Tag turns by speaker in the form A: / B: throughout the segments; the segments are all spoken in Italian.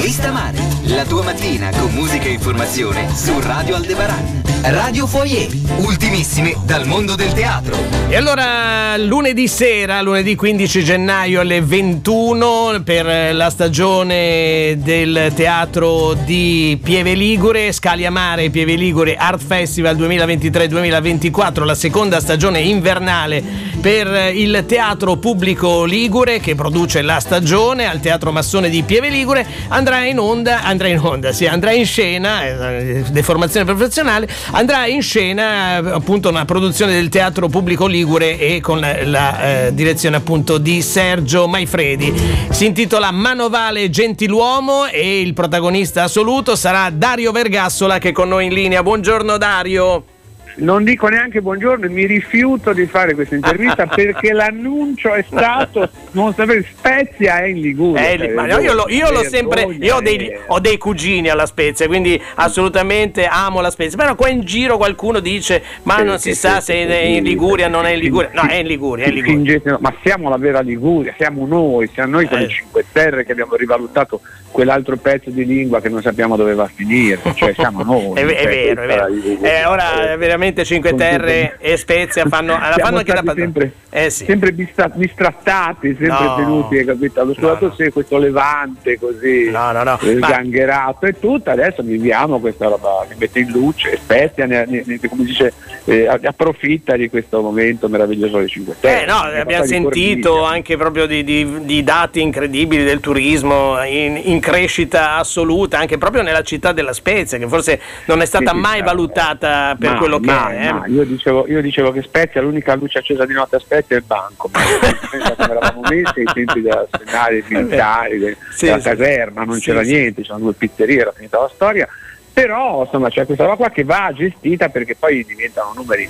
A: Rivista Mare, la tua mattina con musica e informazione su Radio Aldebaran. Radio Foyer, ultimissime dal mondo del teatro.
B: E allora lunedì sera, lunedì 15 gennaio alle 21, per la stagione del teatro di Pieve Ligure, Scalia Mare Pieve Ligure Art Festival 2023-2024, la seconda stagione invernale per il teatro pubblico ligure che produce la stagione al Teatro Massone di Pieve Ligure. Andrà in scena, deformazione professionale, andrà in scena appunto una produzione del teatro pubblico ligure e con la direzione appunto di Sergio Maifredi. Si intitola Manovale Gentiluomo e il protagonista assoluto sarà Dario Vergassola, che è con noi in linea. Buongiorno Dario.
C: Non dico neanche buongiorno, mi rifiuto di fare questa intervista perché l'annuncio è stato, non sapere, Spezia è in Liguria.
B: Ma io l'ho sempre, ho dei cugini alla Spezia, quindi assolutamente amo la Spezia, però qua in giro qualcuno dice ma non si sa se è in Liguria, non è in Liguria. No, è in Liguria,
C: ma siamo la vera Liguria, siamo noi con le Cinque Terre che abbiamo rivalutato quell'altro pezzo di lingua che non sappiamo dove va a finire, cioè siamo noi.
B: È vero. Ora veramente Cinque Terre e Spezia fanno anche da padrone.
C: Sempre bistrattati, sempre tenuti, capito? Allo stato sé questo levante così gangherato e tutto. Adesso viviamo questa roba che mette in luce. Spezia come dice, approfitta di questo momento meraviglioso delle Cinque Terre.
B: Abbiamo sentito anche proprio di dati incredibili del turismo in crescita assoluta, anche proprio nella città della Spezia, che forse non è stata mai valutata per quello che è.
C: Io dicevo che Spezia, l'unica luce accesa di notte a Spezia è il banco, ma eravamo messi ai tempi della scenario militari, della caserma, non c'era niente, c'erano due pizzerie, era finita la storia, però insomma c'è questa roba qua che va gestita perché poi diventano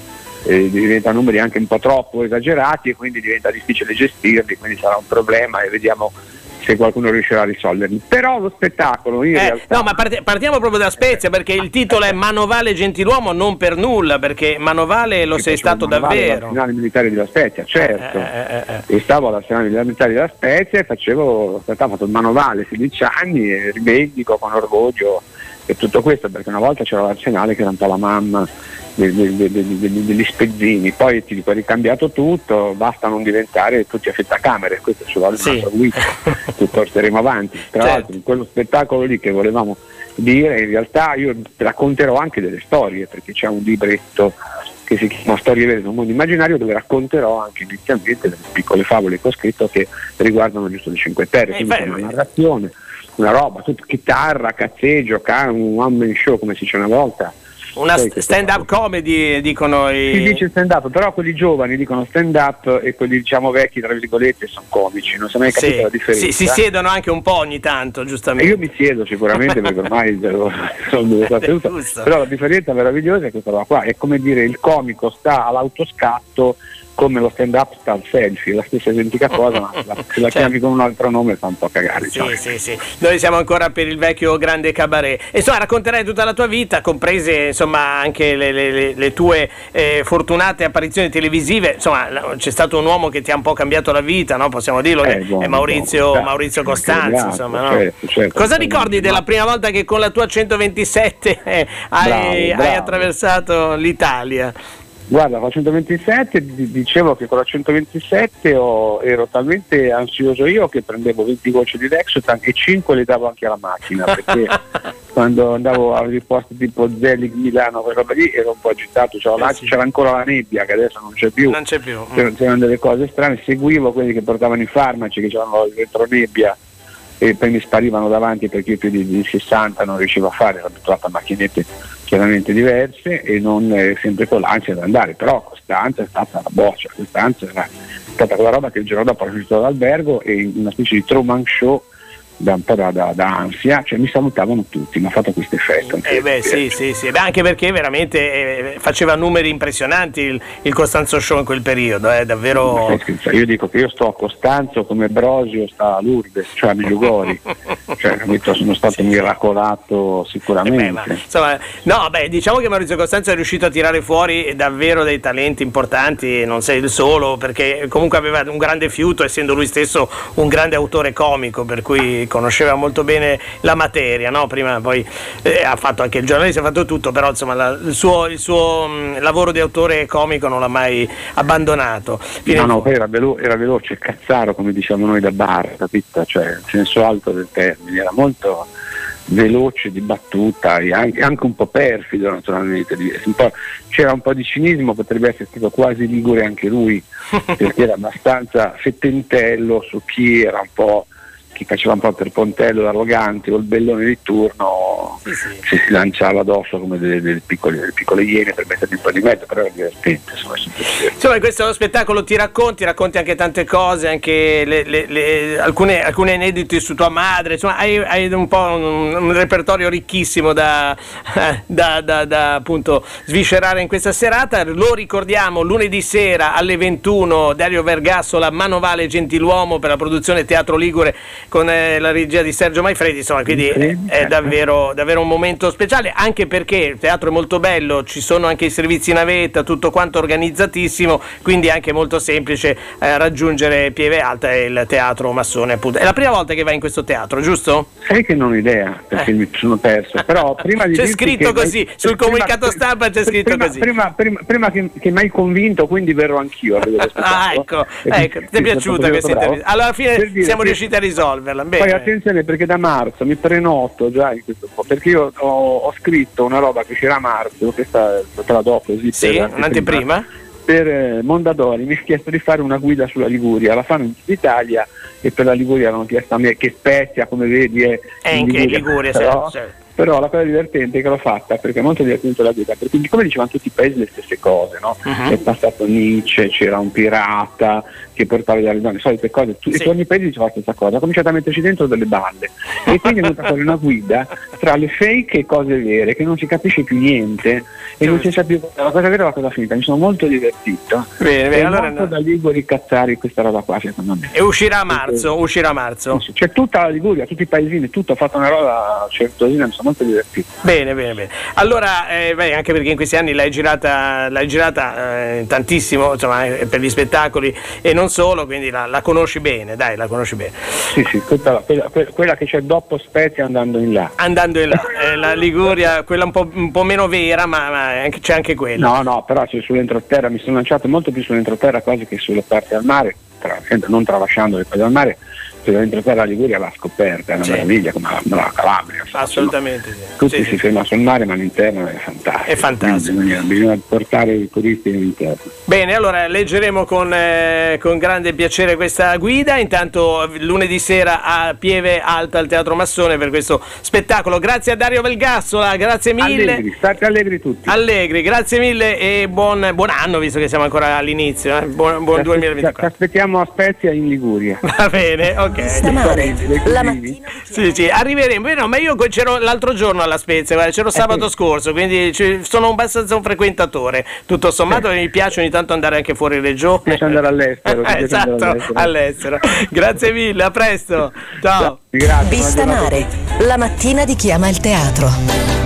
C: numeri anche un po' troppo esagerati e quindi diventa difficile gestirli, quindi sarà un problema e vediamo se qualcuno riuscirà a risolverli. Però lo spettacolo in realtà...
B: ma partiamo proprio da Spezia, perché il titolo è Manovale Gentiluomo, non per nulla, perché Manovale lo sei stato davvero.
C: All'Arsenale Militare della Spezia, certo. E stavo all'Arsenale Militare della Spezia e ho fatto il Manovale 16 anni e rivendico con orgoglio e tutto questo, perché una volta c'era l'Arsenale che era un po' la mamma degli spezzini, poi ti dico è ricambiato tutto, basta non diventare tutti affittacamere, questo ci vuole un altro guida, porteremo avanti. Tra l'altro in quello spettacolo lì che volevamo dire, in realtà io racconterò anche delle storie, perché c'è un libretto che si chiama Storie vere del mondo immaginario, dove racconterò anche inizialmente delle piccole favole che ho scritto che riguardano giusto le Cinque Terre, quindi una narrazione, una roba, chitarra, cazzeggio, un one man show come si dice una volta.
B: Una stand-up comedy dicono
C: si dice stand-up, però quelli giovani dicono stand-up e quelli diciamo vecchi tra virgolette sono comici, non si è mai capito la differenza.
B: Si siedono anche un po' ogni tanto, giustamente.
C: Io mi siedo sicuramente perché ormai sono seduto, però la differenza meravigliosa è questa roba qua, è come dire il comico sta all'autoscatto come lo stand-up sta al selfie, la stessa identica cosa, ma se la chiami con un altro nome fa un po' cagare.
B: Sì. Noi siamo ancora per il vecchio grande cabaret. E insomma racconterai tutta la tua vita, comprese insomma anche le tue fortunate apparizioni televisive. Insomma c'è stato un uomo che ti ha un po' cambiato la vita, no? Possiamo dirlo, è Maurizio Costanzo. Insomma, no? Certo, cosa ricordi della prima volta che con la tua 127 hai attraversato l'Italia?
C: Guarda, con la 127 dicevo che con la 127 ero talmente ansioso io che prendevo 20 gocce di Lexotan e 5 le davo anche alla macchina, perché quando andavo ai posti tipo Zelig, Milano, quella roba lì ero un po' agitato, c'era ancora la nebbia che adesso non c'è più. C'erano delle cose strane, seguivo quelli che portavano i farmaci che c'erano dentro nebbia e poi mi sparivano davanti perché io più di 60 non riuscivo a fare, ero abituato a macchinette chiaramente diverse e non sempre con l'ansia ad andare, però Costanza è stata la boccia, Costanza è stata quella roba che il giorno dopo ho uscito dall'albergo e in una specie di Truman Show da un po' da ansia, cioè mi salutavano tutti, mi ha fatto questo effetto.
B: Sì. Anche perché veramente faceva numeri impressionanti il Costanzo Show in quel periodo, davvero.
C: Io dico che io sto a Costanzo come Brosio sta a Lourdes, cioè a Medjugorje, cioè sono stato miracolato sicuramente.
B: Diciamo che Maurizio Costanzo è riuscito a tirare fuori davvero dei talenti importanti, non sei il solo, perché comunque aveva un grande fiuto, essendo lui stesso un grande autore comico, per cui lui conosceva molto bene la materia, no? Prima poi ha fatto anche il giornalista, ha fatto tutto, però insomma il suo lavoro di autore comico non l'ha mai abbandonato.
C: No, poi era veloce, cazzaro, come diciamo noi da bar, capito? Cioè, nel senso alto del termine, era molto veloce di battuta e anche un po' perfido, naturalmente. C'era un po' di cinismo, potrebbe essere stato quasi ligure anche lui, perché era abbastanza fettentello su chi era un po', chi faceva un po' per pontello, l'arrogante o il bellone di turno, si lanciava addosso come delle piccole iene per mettergli un po' di mezzo, però era divertente.
B: Insomma, questo spettacolo ti racconti anche tante cose, anche alcune aneddoti su tua madre, insomma hai un po' un repertorio ricchissimo da appunto sviscerare in questa serata. Lo ricordiamo, lunedì sera alle 21, Dario Vergassola, Manovale Gentiluomo per la produzione Teatro Ligure con la regia di Sergio Maifredi, insomma, quindi è davvero un momento speciale, anche perché il teatro è molto bello, ci sono anche i servizi navetta, tutto quanto organizzatissimo, quindi è anche molto semplice raggiungere Pieve Alta e il Teatro Massone, appunto. È la prima volta che vai in questo teatro, giusto?
C: Sai che non ho idea, perché mi sono perso, però prima di
B: c'è scritto così, sul comunicato stampa c'è scritto così. Prima
C: che mi hai convinto, quindi verrò anch'io a vedere
B: ecco, ti è piaciuta questa intervista? Allora alla fine siamo riusciti a risolverla. Bene.
C: Poi attenzione, perché da marzo mi prenoto già in questo po', perché io ho scritto una roba che uscirà a marzo, questa te la do così.
B: Sì, un'anteprima.
C: Per Mondadori mi ha chiesto di fare una guida sulla Liguria, la fanno in tutta Italia e per la Liguria l'hanno chiesto a me, che Spezia, come vedi, è
B: anche in Liguria, certo.
C: Però la cosa divertente è che l'ho fatta perché è molto divertente la guida, perché come dicevano tutti i paesi le stesse cose, no? È passato Nietzsche, c'era un pirata che portava dalle donne, solite cose, e ogni paese diceva la stessa cosa, ha cominciato a metterci dentro delle balle e quindi è venuta fuori una guida tra le fake e cose vere, che non si capisce più niente e non si sa più la cosa vera e la cosa finita. Mi sono molto divertito.
B: Bene, allora
C: da Liguri Cazzari questa roba qua, secondo me.
B: E uscirà a marzo.
C: C'è tutta la Liguria, tutti i paesini, tutto, ha fatto una roba certosina, mi sono molto divertito.
B: Bene. Allora, anche perché in questi anni l'hai girata tantissimo, insomma, per gli spettacoli e non solo, quindi la conosci bene, la conosci bene.
C: Sì, quella che c'è dopo Spezia andando in là.
B: La Liguria, quella un po' meno vera, ma c'è anche quella.
C: No, però c'è sull'entroterra, mi sono lanciato molto più sull'entroterra quasi che sulle parti al mare, non tralasciando le parti al mare. L'entroterra Liguria l'ha scoperta, è una meraviglia come la Calabria.
B: Assolutamente sì.
C: Tutti si fermano sul mare, ma l'interno è fantastico.
B: È fantastico.
C: Bisogna portare i turisti all'interno.
B: Bene, allora leggeremo con grande piacere questa guida. Intanto lunedì sera a Pieve Alta al Teatro Massone per questo spettacolo. Grazie a Dario Vergassola, grazie mille.
C: State allegri tutti.
B: Allegri, grazie mille e buon anno, visto che siamo ancora all'inizio. Buon 2024.
C: Ci aspettiamo a Spezia in Liguria.
B: Va bene, ok.
D: Stamane, la mattina.
B: Sì, arriveremo. No, ma io c'ero l'altro giorno alla Spezia, guarda, c'ero sabato scorso, quindi sono abbastanza un frequentatore. Tutto sommato mi piace ogni tanto andare anche fuori regione.
C: Mi piace andare all'estero.
B: Esatto, all'estero. Grazie mille, a presto. Ciao.
C: Grazie.
D: Vista Mare, la mattina di chi ama il teatro.